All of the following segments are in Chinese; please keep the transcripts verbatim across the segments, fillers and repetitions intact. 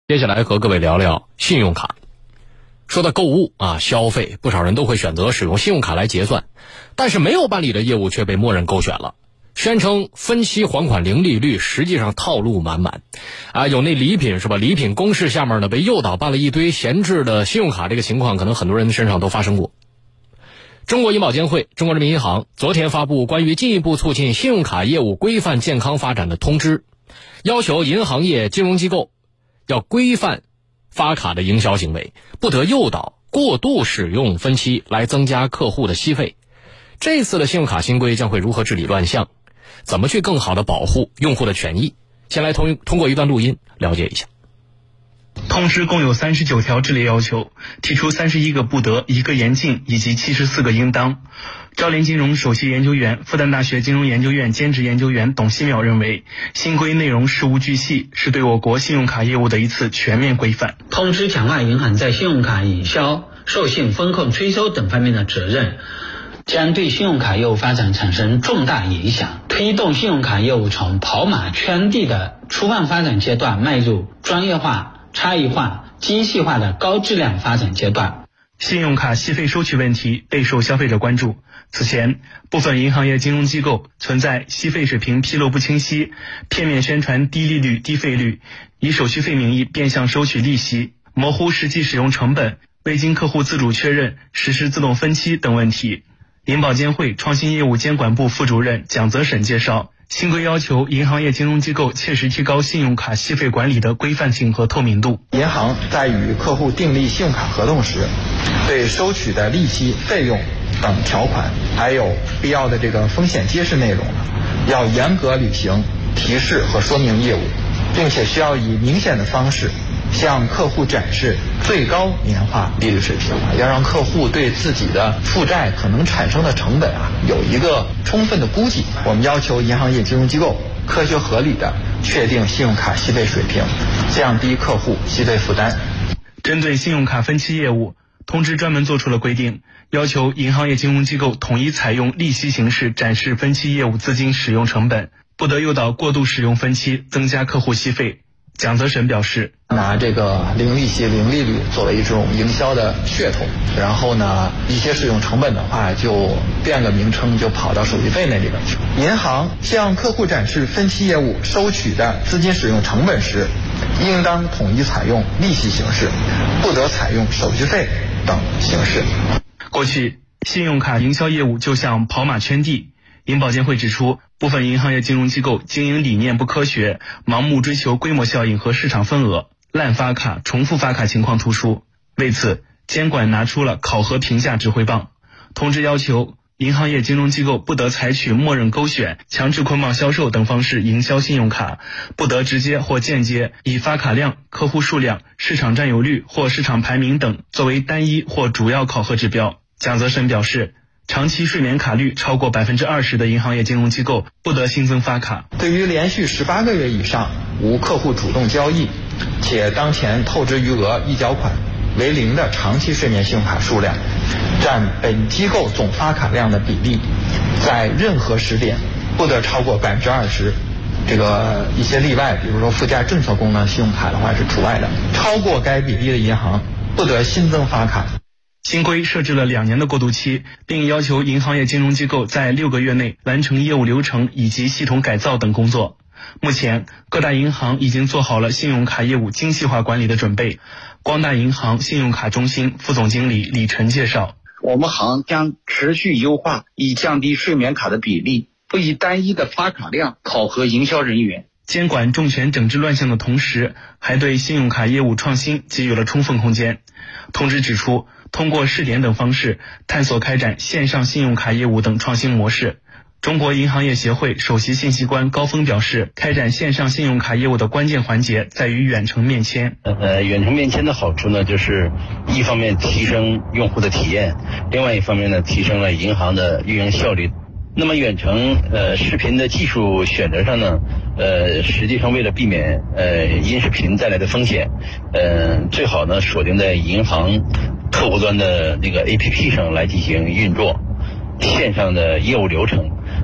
接下来和各位聊聊信用卡。说到购物啊，消费，不少人都会选择使用信用卡来结算，但是没有办理的业务却被默认勾选了，宣称分期还款零利率，实际上套路满满啊。有那礼品是吧？礼品公式下面呢被诱导办了一堆闲置的信用卡，这个情况可能很多人身上都发生过。中国银保监会、中国人民银行昨天发布关于进一步促进信用卡业务规范健康发展的通知，要求银行业金融机构要规范发卡的营销行为，不得诱导过度使用分期来增加客户的息费。这次的信用卡新规将会如何治理乱象？怎么去更好的保护用户的权益？先来通通过一段录音了解一下。 通知共有三十九条治理要求，提出三十一个不得、一个严禁以及七十四个应当。招联金融首席研究员、复旦大学金融研究院兼职研究员董希淼认为，新规内容事无巨细，是对我国信用卡业务的一次全面规范。 通知强化银行在信用卡营销、授信、风控、催收等方面的责任，将对信用卡业务发展产生重大影响，推动信用卡业务从跑马圈地的初创发展阶段迈入专业化、差异化、精细化的高质量发展阶段。 信用卡息费收取问题备受消费者关注。此前，部分银行业金融机构存在息费水平披露不清晰、片面宣传低利率、低费率，以手续费名义变相收取利息，模糊实际使用成本，未经客户自主确认实施自动分期等问题。银保监会创新业务监管部副主任蒋泽审介绍，新规要求银行业金融机构切实提高信用卡息费管理的规范性和透明度。 银行在与客户订立信用卡合同时，对收取的利息、费用等条款，还有必要的这个风险揭示内容呢，要严格履行提示和说明义务，并且需要以明显的方式向客户展示最高年化利率水平，要让客户对自己的负债可能产生的成本啊有一个充分的估计。我们要求银行业金融机构科学合理的确定信用卡息费水平，降低客户息费负担。 针对信用卡分期业务，通知专门做出了规定，要求银行业金融机构统一采用利息形式展示分期业务资金使用成本，不得诱导过度使用分期增加客户息费。蒋泽审表示， 拿这个零利息、零利率作为一种营销的噱头，然后呢，一些使用成本的话就变个名称，就跑到手续费那里边去。银行向客户展示分期业务收取的资金使用成本时，应当统一采用利息形式，不得采用手续费等形式。 过去，信用卡营销业务就像跑马圈地。银保监会指出，部分银行业金融机构经营理念不科学，盲目追求规模效应和市场份额，滥发卡、重复发卡情况突出。为此，监管拿出了考核评价指挥棒。通知要求，银行业金融机构不得采取默认勾选、强制捆绑销售等方式营销信用卡，不得直接或间接以发卡量、客户数量、市场占有率或市场排名等作为单一或主要考核指标。蒋泽审表示，长期睡眠卡率超过百分之二十的银行业金融机构不得新增发卡。 对于连续十八个月以上无客户主动交易，且当前透支余额一缴款为零的长期睡眠信用卡数量，占本机构总发卡量的比例，在任何时点不得超过百分之二十。这个一些例外，比如说附加政策功能信用卡的话是除外的。超过该比例的银行不得新增发卡。 新规设置了两年的过渡期，并要求银行业金融机构在六个月内完成业务流程以及系统改造等工作。目前，各大银行已经做好了信用卡业务精细化管理的准备。光大银行信用卡中心副总经理李晨介绍， 我们行将持续优化，以降低睡眠卡的比例，不以单一的发卡量考核营销人员。 监管重拳整治乱象的同时，还对信用卡业务创新给予了充分空间。通知指出，通过试点等方式探索开展线上信用卡业务等创新模式。中国银行业协会首席信息官高峰表示，开展线上信用卡业务的关键环节在于远程面签。 呃，远程面签的好处呢，就是一方面提升用户的体验，另外一方面呢，提升了银行的运营效率。那么远程呃视频的技术选择上呢，呃实际上为了避免呃音视频带来的风险，呃最好呢锁定在银行客户端的那个 A P P 上来进行运作，线上的业务流程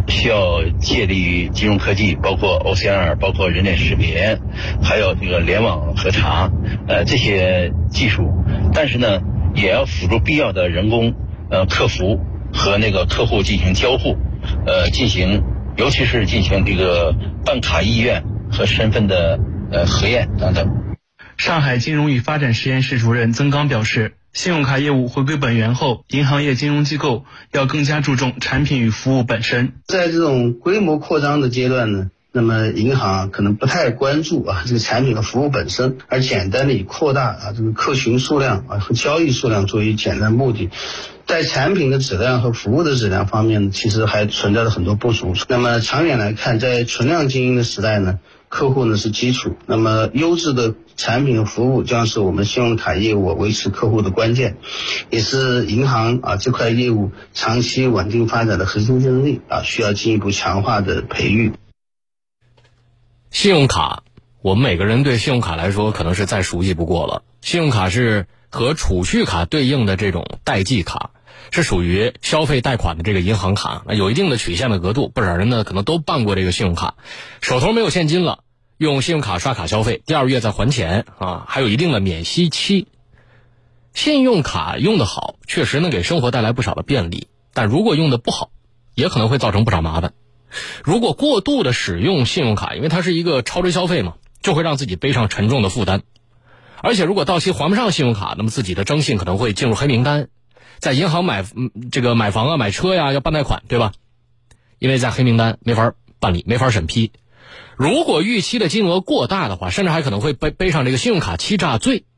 需要借力于金融科技，包括 O C R， 包括人脸识别，还有这个联网核查，呃，这些技术。但是呢，也要辅助必要的人工呃客服和那个客户进行交互，呃，进行尤其是进行这个办卡意愿和身份的呃核验等等。 上海金融与发展实验室主任曾刚表示，信用卡业务回归本源后，银行业金融机构要更加注重产品与服务本身。 在这种规模扩张的阶段呢，那么银行可能不太关注啊这个产品和服务本身，而简单的以扩大啊这个客群数量啊和交易数量作为简单目的。在产品的质量和服务的质量方面，其实还存在着很多不足。那么长远来看，在存量经营的时代呢，客户呢是基础，那么优质的产品和服务将是我们信用卡业务维持客户的关键，也是银行啊这块业务长期稳定发展的核心竞争力啊，需要进一步强化的培育。 信用卡，我们每个人对信用卡来说可能是再熟悉不过了。信用卡是和储蓄卡对应的这种代记卡，是属于消费贷款的这个银行卡，有一定的曲线的额度，不少人呢可能都办过这个信用卡，手头没有现金了，用信用卡刷卡消费，第二月再还钱啊，还有一定的免息期。信用卡用得好，确实能给生活带来不少的便利，但如果用得不好，也可能会造成不少麻烦。如果过度的使用信用卡，因为它是一个超值消费嘛，就会让自己背上沉重的负担。而且如果到期还不上信用卡，那么自己的征信可能会进入黑名单，在银行买这个买房啊、买车呀，要办贷款，对吧？因为在黑名单没法办理，没法审批。如果逾期的金额过大的话，甚至还可能会背背上这个信用卡欺诈罪。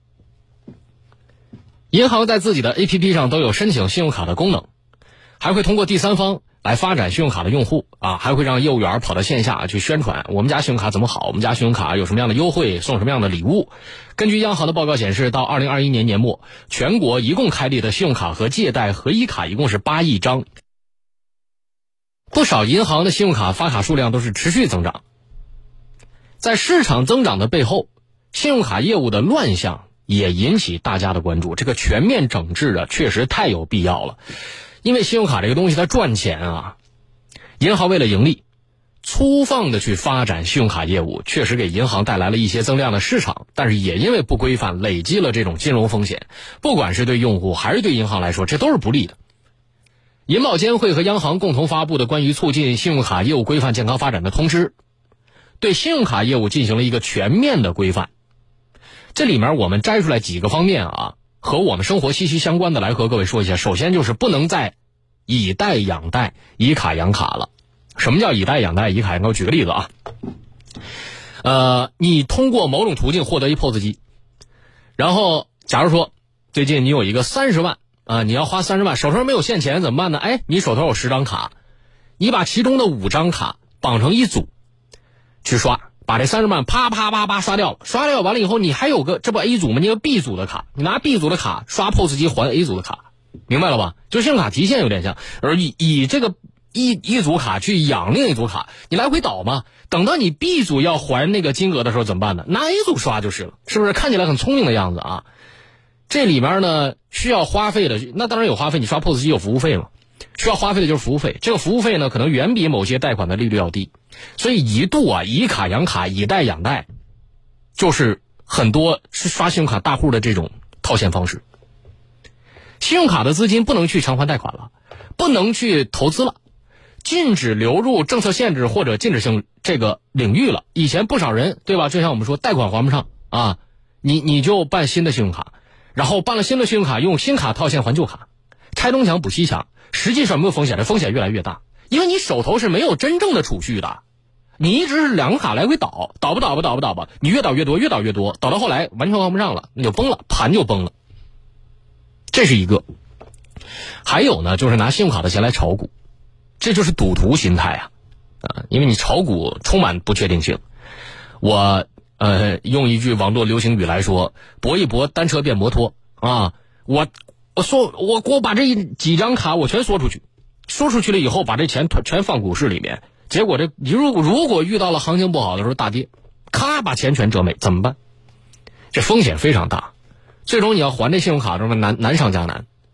银行在自己的 A P P 上都有申请信用卡的功能，还会通过第三方来发展信用卡的用户啊，还会让业务员跑到线下去宣传我们家信用卡怎么好，我们家信用卡有什么样的优惠，送什么样的礼物。根据央行的报告显示，到二零二一年年末，全国一共开立的信用卡和借贷合一卡一共是八亿张。不少银行的信用卡发卡数量都是持续增长。在市场增长的背后，信用卡业务的乱象也引起大家的关注。这个全面整治啊，确实太有必要了。因为信用卡这个东西它赚钱啊，银行为了盈利，粗放的去发展信用卡业务，确实给银行带来了一些增量的市场，但是也因为不规范，累积了这种金融风险，不管是对用户还是对银行来说，这都是不利的。银保监会和央行共同发布的关于促进信用卡业务规范健康发展的通知，对信用卡业务进行了一个全面的规范。这里面我们摘出来几个方面啊，和我们生活息息相关的来和各位说一下。首先就是不能再以贷养贷、以卡养卡了。什么叫以贷养贷、以卡养卡？我举个例子啊，呃，你通过某种途径获得一 P O S 机，然后假如说最近你有一个三十万啊、呃，你要花三十万，手头上没有现钱怎么办呢？哎，你手头有十张卡，你把其中的五张卡绑成一组去刷。把这三十万啪啪啪啪刷掉了，刷掉完了以后，你还有个这不 A 组吗？你有 B 组的卡，你拿 B 组的卡刷 P O S 机还 A 组的卡，明白了吧？就信用卡提现有点像，而以以这个一一组卡去养另一组卡，你来回倒嘛。等到你 B 组要还那个金额的时候怎么办呢？拿 A 组刷就是了，是不是看起来很聪明的样子啊？这里面呢需要花费的，那当然有花费，你刷 P O S 机有服务费嘛。需要花费的就是服务费，这个服务费呢可能远比某些贷款的利率要低，所以一度啊以卡养卡、以贷养贷，就是很多是刷信用卡大户的这种套现方式。信用卡的资金不能去偿还贷款了，不能去投资了，禁止流入政策限制或者禁止性这个领域了。以前不少人对吧，就像我们说贷款还不上啊，你你就办新的信用卡，然后办了新的信用卡，用新卡套现还旧卡，拆东墙补西墙。实际上没有风险，这风险越来越大，因为你手头是没有真正的储蓄的，你一直是两个卡来回倒，倒吧倒吧倒吧倒吧，你越倒越多，越倒越多，倒到后来完全还不上了，你就崩了，盘就崩了。这是一个。还有呢，就是拿信用卡的钱来炒股，这就是赌徒心态啊，啊，因为你炒股充满不确定性。我呃用一句网络流行语来说，搏一搏，单车变摩托啊，我。我说我我把这几张卡我全缩出去，缩出去了以后把这钱全放股市里面，结果这如果如果遇到了行情不好的时候大跌，咔把钱全折没，怎么办？这风险非常大，最终你要还这信用卡的时候难难上加难。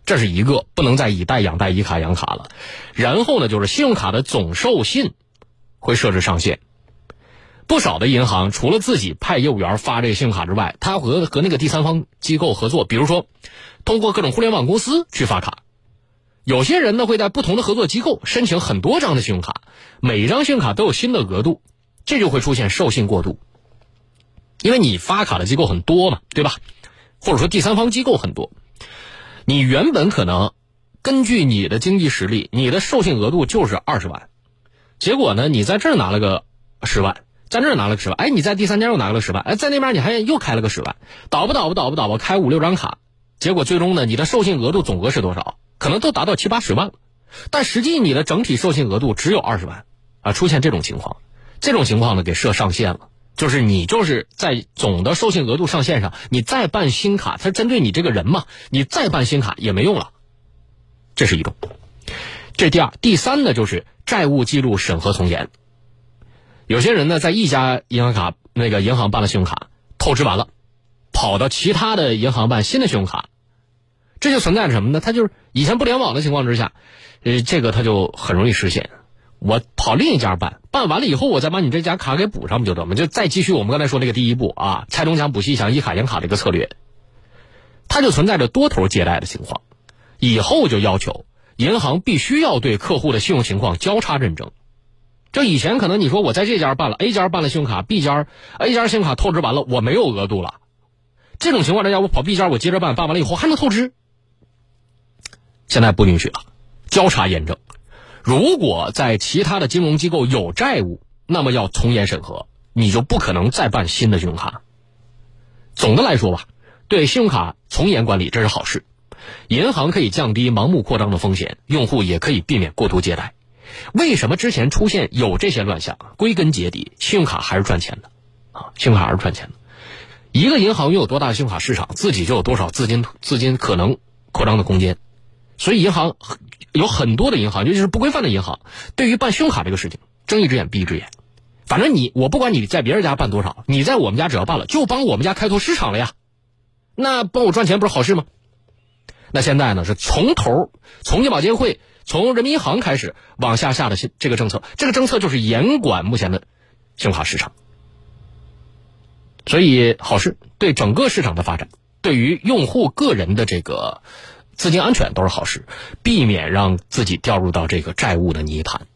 这是一个，不能再以贷养贷、以卡养卡了。然后呢，就是信用卡的总授信会设置上限。不少的银行除了自己派业务员发这个信用卡之外，他和和那个第三方机构合作，比如说通过各种互联网公司去发卡。有些人呢会在不同的合作机构申请很多张的信用卡，每一张信用卡都有新的额度，这就会出现授信过度。因为你发卡的机构很多嘛，对吧？或者说第三方机构很多，你原本可能根据你的经济实力，你的授信额度就是二十万，结果呢你在这儿拿了个十万，在这儿拿了个十万，哎，你在第三家又拿了个十万，哎，在那边你还又开了个十万，倒吧倒吧倒吧倒吧开五六张卡，结果最终呢你的授信额度总额是多少？可能都达到七八十万了，但实际你的整体授信额度只有二十万啊！出现这种情况，这种情况呢给设上限了，就是你就是在总的授信额度上限上，你再办新卡，它针对你这个人嘛，你再办新卡也没用了。这是一种。这是第二，第三呢就是债务记录审核从严。有些人呢在一家银行卡那个银行办了信用卡，透支完了，跑到其他的银行办新的信用卡。这就存在着什么呢？它就是以前不联网的情况之下，呃，这个它就很容易实现。我跑另一家办，办完了以后，我再把你这家卡给补上不就得吗？就再继续我们刚才说那个第一步啊，拆东墙补西墙，以卡养卡这个策略，它就存在着多头借贷的情况。以后就要求银行必须要对客户的信用情况交叉认证。这以前可能你说我在这家办了 A 家办了信用卡 ，B 家 A 家信用卡透支完了，我没有额度了。这种情况之下，我跑 B 家我接着办，办完了以后还能透支。现在不允许了，交叉验证。如果在其他的金融机构有债务，那么要从严审核，你就不可能再办新的信用卡。总的来说吧，对信用卡从严管理这是好事，银行可以降低盲目扩张的风险，用户也可以避免过度借贷。为什么之前出现有这些乱象？归根结底，信用卡还是赚钱的啊，信用卡还是赚钱的。一个银行拥有多大的信用卡市场，自己就有多少资金资金可能扩张的空间。所以银行有很多的银行，尤其是不规范的银行，对于办信用卡这个事情睁一只眼闭一只眼。反正你我不管你在别人家办多少，你在我们家只要办了，就帮我们家开拓市场了呀。那帮我赚钱不是好事吗？那现在呢是从头从银保监会从人民银行开始往下下的这个政策，这个政策就是严管目前的信用卡市场。所以好事，对整个市场的发展，对于用户个人的这个资金安全都是好事，避免让自己掉入到这个债务的泥潭。